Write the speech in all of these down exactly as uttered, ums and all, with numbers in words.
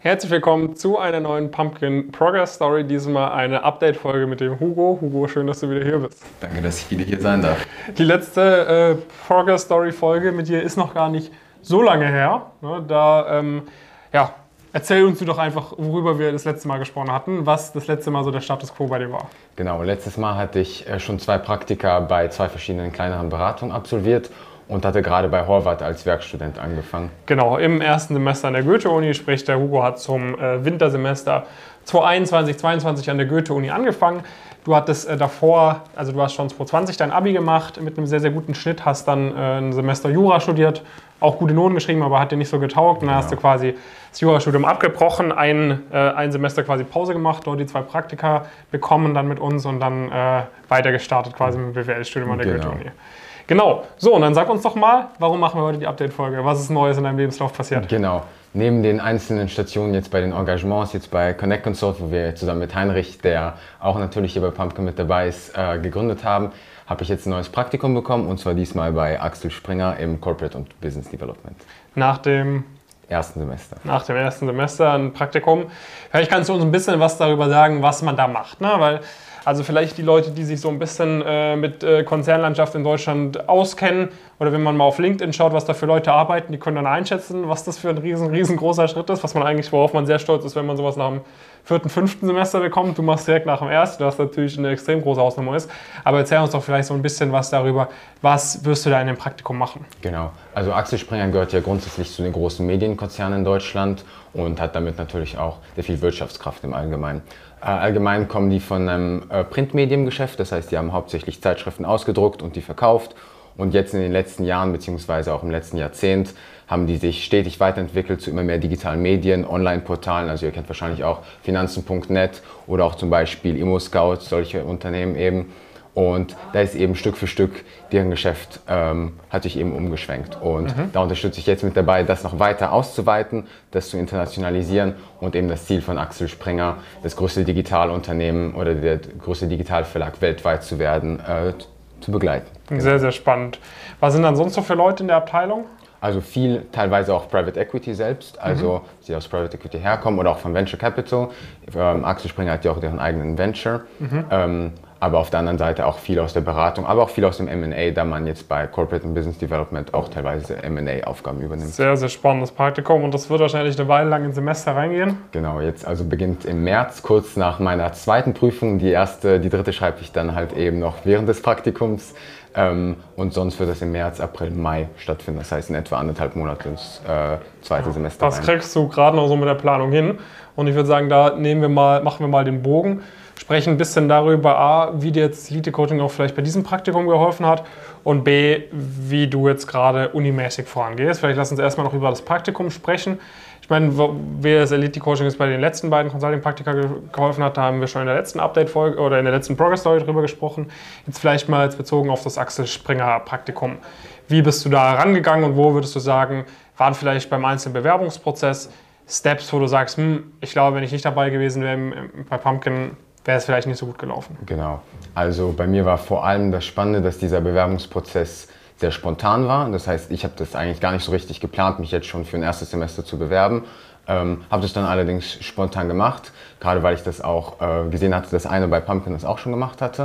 Herzlich willkommen zu einer neuen Pumpkin Progress Story. Diesmal eine Update-Folge mit dem Hugo. Hugo, schön, dass du wieder hier bist. Danke, dass ich wieder hier sein darf. Die letzte äh, Progress Story-Folge mit dir ist noch gar nicht so lange her. Ne? Da, ähm, ja, erzähl uns du doch einfach, worüber wir das letzte Mal gesprochen hatten, was das letzte Mal so der Status Quo bei dir war. Genau, letztes Mal hatte ich äh, schon zwei Praktika bei zwei verschiedenen kleineren Beratungen absolviert und hatte gerade bei Horvath als Werkstudent angefangen. Genau, im ersten Semester an der Goethe-Uni, sprich der Hugo hat zum äh, Wintersemester zweitausendeinundzwanzig zweiundzwanzig an der Goethe-Uni angefangen. Du hattest äh, davor, also du hast schon zweitausendzwanzig dein Abi gemacht mit einem sehr, sehr guten Schnitt, hast dann äh, ein Semester Jura studiert, auch gute Noten geschrieben, aber hat dir nicht so getaugt. Und dann Genau. hast du quasi das Jurastudium abgebrochen, ein, äh, ein Semester quasi Pause gemacht, dort die zwei Praktika bekommen dann mit uns und dann äh, weiter gestartet quasi mit dem B W L-Studium an der Genau. Goethe-Uni. Genau, so und dann sag uns doch mal, warum machen wir heute die Update-Folge? Was ist Neues in deinem Lebenslauf passiert? Genau. Neben den einzelnen Stationen jetzt bei den Engagements, jetzt bei Connect Consult, wo wir zusammen mit Heinrich, der auch natürlich hier bei Pumpkin mit dabei ist, äh, gegründet haben, habe ich jetzt ein neues Praktikum bekommen und zwar diesmal bei Axel Springer im Corporate und Business Development. Nach dem Ersten Semester. Nach dem ersten Semester ein Praktikum. Vielleicht kannst du uns ein bisschen was darüber sagen, was man da macht, ne? Weil also vielleicht die Leute, die sich so ein bisschen äh, mit äh, Konzernlandschaft in Deutschland auskennen oder wenn man mal auf LinkedIn schaut, was da für Leute arbeiten, die können dann einschätzen, was das für ein riesen, riesengroßer Schritt ist, was man eigentlich, worauf man sehr stolz ist, wenn man sowas nach dem vierten, fünften Semester bekommt. Du machst direkt nach dem ersten, was natürlich eine extrem große Hausnummer ist. Aber erzähl uns doch vielleicht so ein bisschen was darüber, was wirst du da in dem Praktikum machen? Genau, also Axel Springer gehört ja grundsätzlich zu den großen Medienkonzernen in Deutschland und hat damit natürlich auch sehr viel Wirtschaftskraft im Allgemeinen. Äh, allgemein kommen die von einem äh, Printmediengeschäft, das heißt, die haben hauptsächlich Zeitschriften ausgedruckt und die verkauft. Und jetzt in den letzten Jahren, beziehungsweise auch im letzten Jahrzehnt, haben die sich stetig weiterentwickelt zu immer mehr digitalen Medien, Online-Portalen. Also ihr kennt wahrscheinlich auch Finanzen punkt net oder auch zum Beispiel ImmoScout, solche Unternehmen eben. Und da ist eben Stück für Stück deren Geschäft, ähm, hat sich eben umgeschwenkt. Und mhm. da unterstütze ich jetzt mit dabei, das noch weiter auszuweiten, das zu internationalisieren und eben das Ziel von Axel Springer, das größte Digitalunternehmen oder der größte Digitalverlag weltweit zu werden, äh, zu begleiten. Sehr, sehr spannend. Was sind dann sonst so für Leute in der Abteilung? Also viel, teilweise auch Private Equity selbst, also mhm. die aus Private Equity herkommen oder auch von Venture Capital. Ähm, Axel Springer hat ja auch deren eigenen Venture. Mhm. Ähm, aber auf der anderen Seite auch viel aus der Beratung, aber auch viel aus dem M und A, da man jetzt bei Corporate und Business Development auch teilweise M und A-Aufgaben übernimmt. Sehr, sehr spannendes Praktikum und das wird wahrscheinlich eine Weile lang ins Semester reingehen. Genau, jetzt also beginnt im März, kurz nach meiner zweiten Prüfung. Die erste, die dritte schreibe ich dann halt eben noch während des Praktikums. Ähm, und sonst wird das im März, April, Mai stattfinden. Das heißt in etwa anderthalb Monate ins äh, zweite ja, Semester Das rein. kriegst du gerade noch so mit der Planung hin. Und ich würde sagen, da nehmen wir mal, machen wir mal den Bogen. Sprechen ein bisschen darüber, A, wie dir jetzt Elite-Coaching auch vielleicht bei diesem Praktikum geholfen hat und B, wie du jetzt gerade unimäßig vorangehst. Vielleicht lass uns erstmal noch über das Praktikum sprechen. Ich meine, wie das Elite-Coaching jetzt bei den letzten beiden Consulting-Praktika geholfen hat, da haben wir schon in der letzten Update-Folge oder in der letzten Progress-Story drüber gesprochen. Jetzt vielleicht mal jetzt bezogen auf das Axel Springer-Praktikum. Wie bist du da rangegangen und wo würdest du sagen, waren vielleicht beim einzelnen Bewerbungsprozess Steps, wo du sagst, hm, ich glaube, wenn ich nicht dabei gewesen wäre bei Pumpkin, wäre es vielleicht nicht so gut gelaufen. Genau. Also bei mir war vor allem das Spannende, dass dieser Bewerbungsprozess sehr spontan war. Das heißt, ich habe das eigentlich gar nicht so richtig geplant, mich jetzt schon für ein erstes Semester zu bewerben. Ähm, habe das dann allerdings spontan gemacht, gerade weil ich das auch äh, gesehen hatte, dass einer bei Pumpkin das auch schon gemacht hatte.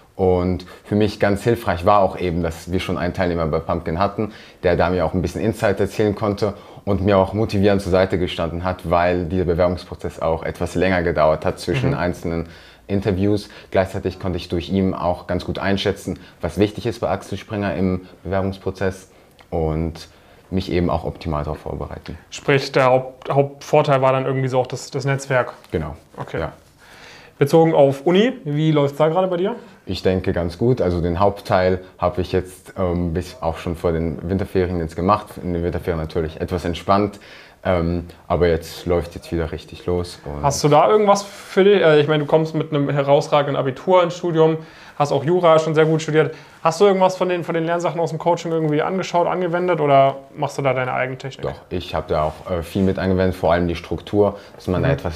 Und für mich ganz hilfreich war auch eben, dass wir schon einen Teilnehmer bei Pumpkin hatten, der da mir auch ein bisschen Insight erzählen konnte und mir auch motivierend zur Seite gestanden hat, weil dieser Bewerbungsprozess auch etwas länger gedauert hat zwischen mhm. einzelnen Interviews. Gleichzeitig konnte ich durch ihn auch ganz gut einschätzen, was wichtig ist bei Axel Springer im Bewerbungsprozess und mich eben auch optimal darauf vorbereiten. Sprich, der Haupt, Hauptvorteil war dann irgendwie so auch das, das Netzwerk? Genau. Okay. Ja. Bezogen auf Uni, wie läuft es da gerade bei dir? Ich denke ganz gut. Also den Hauptteil habe ich jetzt ähm, bis auch schon vor den Winterferien jetzt gemacht. In den Winterferien natürlich etwas entspannt. Ähm, aber jetzt läuft jetzt wieder richtig los. Und hast du da irgendwas für dich? Ich meine, du kommst mit einem herausragenden Abitur ins Studium, hast auch Jura schon sehr gut studiert. Hast du irgendwas von den, von den Lernsachen aus dem Coaching irgendwie angeschaut, angewendet oder machst du da deine eigene Technik? Doch, ich habe da auch äh, viel mit angewendet, vor allem die Struktur, dass man mhm. da etwas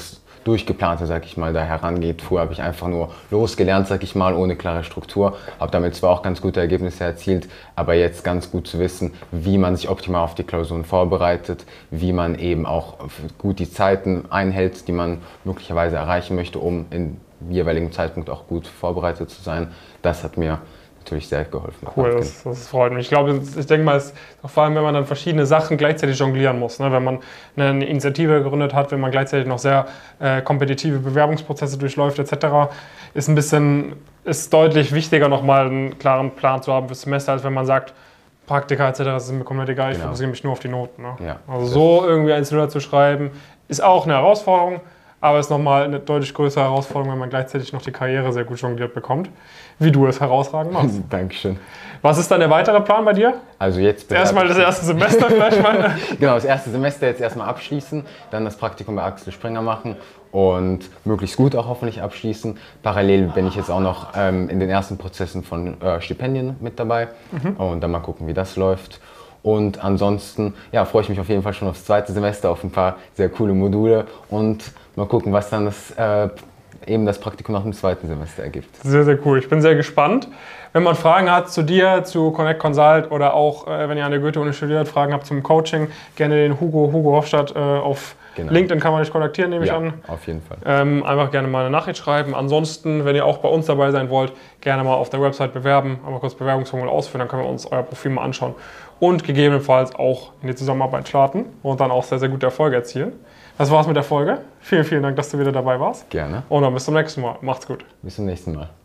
durchgeplanter, sag ich mal, da herangeht. Früher habe ich einfach nur losgelernt, sag ich mal, ohne klare Struktur. Habe damit zwar auch ganz gute Ergebnisse erzielt, aber jetzt ganz gut zu wissen, wie man sich optimal auf die Klausuren vorbereitet, wie man eben auch gut die Zeiten einhält, die man möglicherweise erreichen möchte, um im jeweiligen Zeitpunkt auch gut vorbereitet zu sein. Das hat mir natürlich sehr geholfen. Cool, das, das freut mich. Ich glaube, ich denke mal, es, vor allem wenn man dann verschiedene Sachen gleichzeitig jonglieren muss, ne? Wenn man eine Initiative gegründet hat, wenn man gleichzeitig noch sehr äh, kompetitive Bewerbungsprozesse durchläuft et cetera, ist ein bisschen, ist deutlich wichtiger, nochmal einen klaren Plan zu haben fürs Semester, als wenn man sagt, Praktika et cetera, das ist mir komplett egal, ich Genau. fokussiere mich nur auf die Noten. Ne? Ja, also so irgendwie eins null zu schreiben, ist auch eine Herausforderung, aber ist nochmal eine deutlich größere Herausforderung, wenn man gleichzeitig noch die Karriere sehr gut jongliert bekommt, wie du es herausragend machst. Dankeschön. Was ist dann der weitere Plan bei dir? Also jetzt Erstmal das erste Semester vielleicht mal. Genau, das erste Semester jetzt erstmal abschließen, dann das Praktikum bei Axel Springer machen und möglichst gut auch hoffentlich abschließen. Parallel bin ich jetzt auch noch ähm, in den ersten Prozessen von äh, Stipendien mit dabei mhm. und dann mal gucken, wie das läuft. Und ansonsten ja, freue ich mich auf jeden Fall schon aufs zweite Semester, auf ein paar sehr coole Module und mal gucken, was dann das, äh, eben das Praktikum nach dem zweiten Semester ergibt. Sehr, sehr cool. Ich bin sehr gespannt. Wenn man Fragen hat zu dir, zu Connect Consult oder auch, äh, wenn ihr an der Goethe-Uni studiert, Fragen habt zum Coaching, gerne den Hugo, Hugo Hofstadt äh, auf genau. LinkedIn kann man dich kontaktieren, nehme ja, ich an. Auf jeden Fall. Ähm, einfach gerne mal eine Nachricht schreiben. Ansonsten, wenn ihr auch bei uns dabei sein wollt, gerne mal auf der Website bewerben, einmal kurz Bewerbungsformular ausfüllen, dann können wir uns euer Profil mal anschauen und gegebenenfalls auch in die Zusammenarbeit starten und dann auch sehr, sehr gute Erfolge erzielen. Das war's mit der Folge. Vielen, vielen Dank, dass du wieder dabei warst. Gerne. Und dann bis zum nächsten Mal. Macht's gut. Bis zum nächsten Mal.